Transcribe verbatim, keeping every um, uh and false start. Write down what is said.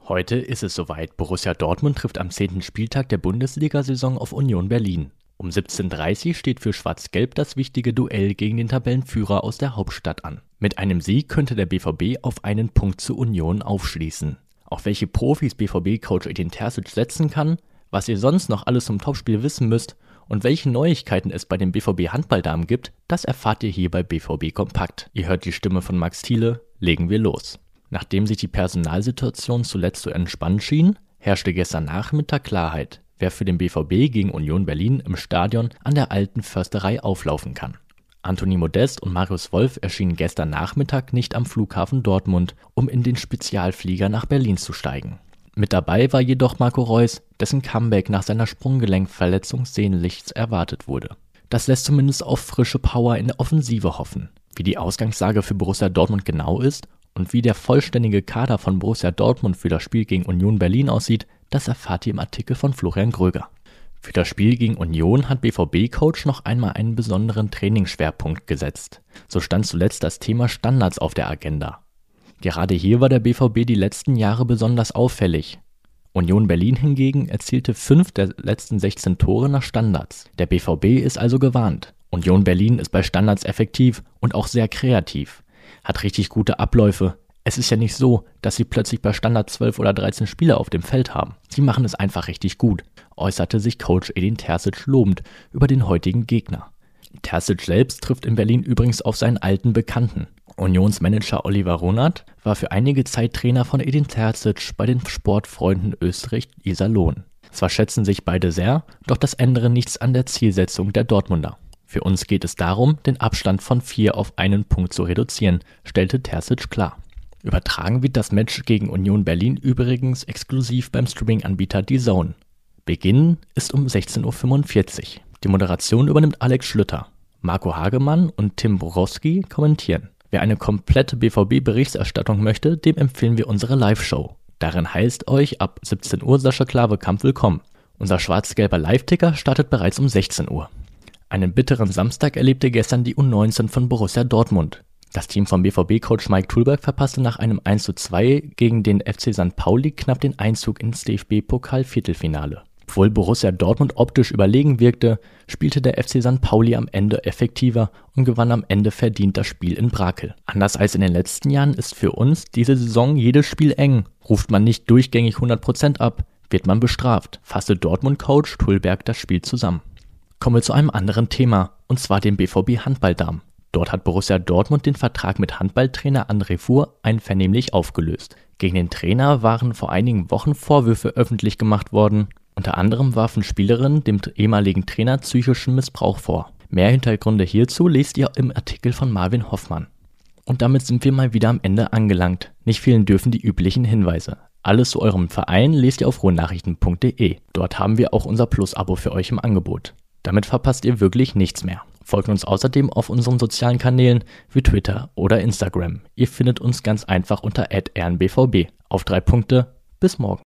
Heute ist es soweit. Borussia Dortmund trifft am zehnten Spieltag der Bundesliga-Saison auf Union Berlin. Um siebzehn Uhr dreißig steht für Schwarz-Gelb das wichtige Duell gegen den Tabellenführer aus der Hauptstadt an. Mit einem Sieg könnte der B V B auf einen Punkt zu Union aufschließen. Auf welche Profis B V B-Coach Edin Terzic setzen kann, was ihr sonst noch alles zum Topspiel wissen müsst und welche Neuigkeiten es bei den B V B-Handballdamen gibt, das erfahrt ihr hier bei B V B Kompakt. Ihr hört die Stimme von Max Thiele, legen wir los. Nachdem sich die Personalsituation zuletzt so entspannt schien, herrschte gestern Nachmittag Klarheit, wer für den B V B gegen Union Berlin im Stadion an der Alten Försterei auflaufen kann. Anthony Modest und Marius Wolf erschienen gestern Nachmittag nicht am Flughafen Dortmund, um in den Spezialflieger nach Berlin zu steigen. Mit dabei war jedoch Marco Reus, dessen Comeback nach seiner Sprunggelenkverletzung sehnlichst erwartet wurde. Das lässt zumindest auf frische Power in der Offensive hoffen. Wie die Ausgangslage für Borussia Dortmund genau ist und wie der vollständige Kader von Borussia Dortmund für das Spiel gegen Union Berlin aussieht, das erfahrt ihr im Artikel von Florian Gröger. Für das Spiel gegen Union hat B V B-Coach noch einmal einen besonderen Trainingsschwerpunkt gesetzt. So stand zuletzt das Thema Standards auf der Agenda. Gerade hier war der B V B die letzten Jahre besonders auffällig. Union Berlin hingegen erzielte fünf der letzten sechzehn Tore nach Standards. Der B V B ist also gewarnt. Union Berlin ist bei Standards effektiv und auch sehr kreativ. Hat richtig gute Abläufe. Es ist ja nicht so, dass sie plötzlich bei Standard zwölf oder dreizehn Spieler auf dem Feld haben. Sie machen es einfach richtig gut, äußerte sich Coach Edin Terzic lobend über den heutigen Gegner. Terzic selbst trifft in Berlin übrigens auf seinen alten Bekannten. Unionsmanager Oliver Runert war für einige Zeit Trainer von Edin Terzic bei den Sportfreunden Österreich Iserlohn. Zwar schätzen sich beide sehr, doch das ändere nichts an der Zielsetzung der Dortmunder. Für uns geht es darum, den Abstand von vier auf einen Punkt zu reduzieren, stellte Terzic klar. Übertragen wird das Match gegen Union Berlin übrigens exklusiv beim Streaming-Anbieter DAZN. Beginn ist um sechzehn Uhr fünfundvierzig. Die Moderation übernimmt Alex Schlüter. Marco Hagemann und Tim Borowski kommentieren. Wer eine komplette B V B-Berichterstattung möchte, dem empfehlen wir unsere Live-Show. Darin heißt euch ab siebzehn Uhr Sascha Klaverkamp willkommen. Unser schwarz-gelber Live-Ticker startet bereits um sechzehn Uhr. Einen bitteren Samstag erlebte gestern die U neunzehn von Borussia Dortmund. Das Team von B V B-Coach Mike Tulberg verpasste nach einem eins zu zwei gegen den F C Sankt Pauli knapp den Einzug ins D F B-Pokal-Viertelfinale. Obwohl Borussia Dortmund optisch überlegen wirkte, spielte der F C Sankt Pauli am Ende effektiver und gewann am Ende verdient das Spiel in Brakel. Anders als in den letzten Jahren ist für uns diese Saison jedes Spiel eng. Ruft man nicht durchgängig hundert Prozent ab, wird man bestraft, fasste Dortmund-Coach Tulberg das Spiel zusammen. Kommen wir zu einem anderen Thema, und zwar dem B V B-Handballdamen. Dort hat Borussia Dortmund den Vertrag mit Handballtrainer André Fuhr einvernehmlich aufgelöst. Gegen den Trainer waren vor einigen Wochen Vorwürfe öffentlich gemacht worden. Unter anderem warfen Spielerinnen dem ehemaligen Trainer psychischen Missbrauch vor. Mehr Hintergründe hierzu lest ihr im Artikel von Marvin Hoffmann. Und damit sind wir mal wieder am Ende angelangt. Nicht fehlen dürfen die üblichen Hinweise. Alles zu eurem Verein lest ihr auf ruhrnachrichten punkt de. Dort haben wir auch unser Plus-Abo für euch im Angebot. Damit verpasst ihr wirklich nichts mehr. Folgt uns außerdem auf unseren sozialen Kanälen wie Twitter oder Instagram. Ihr findet uns ganz einfach unter at r n b v b. Auf drei Punkte, bis morgen.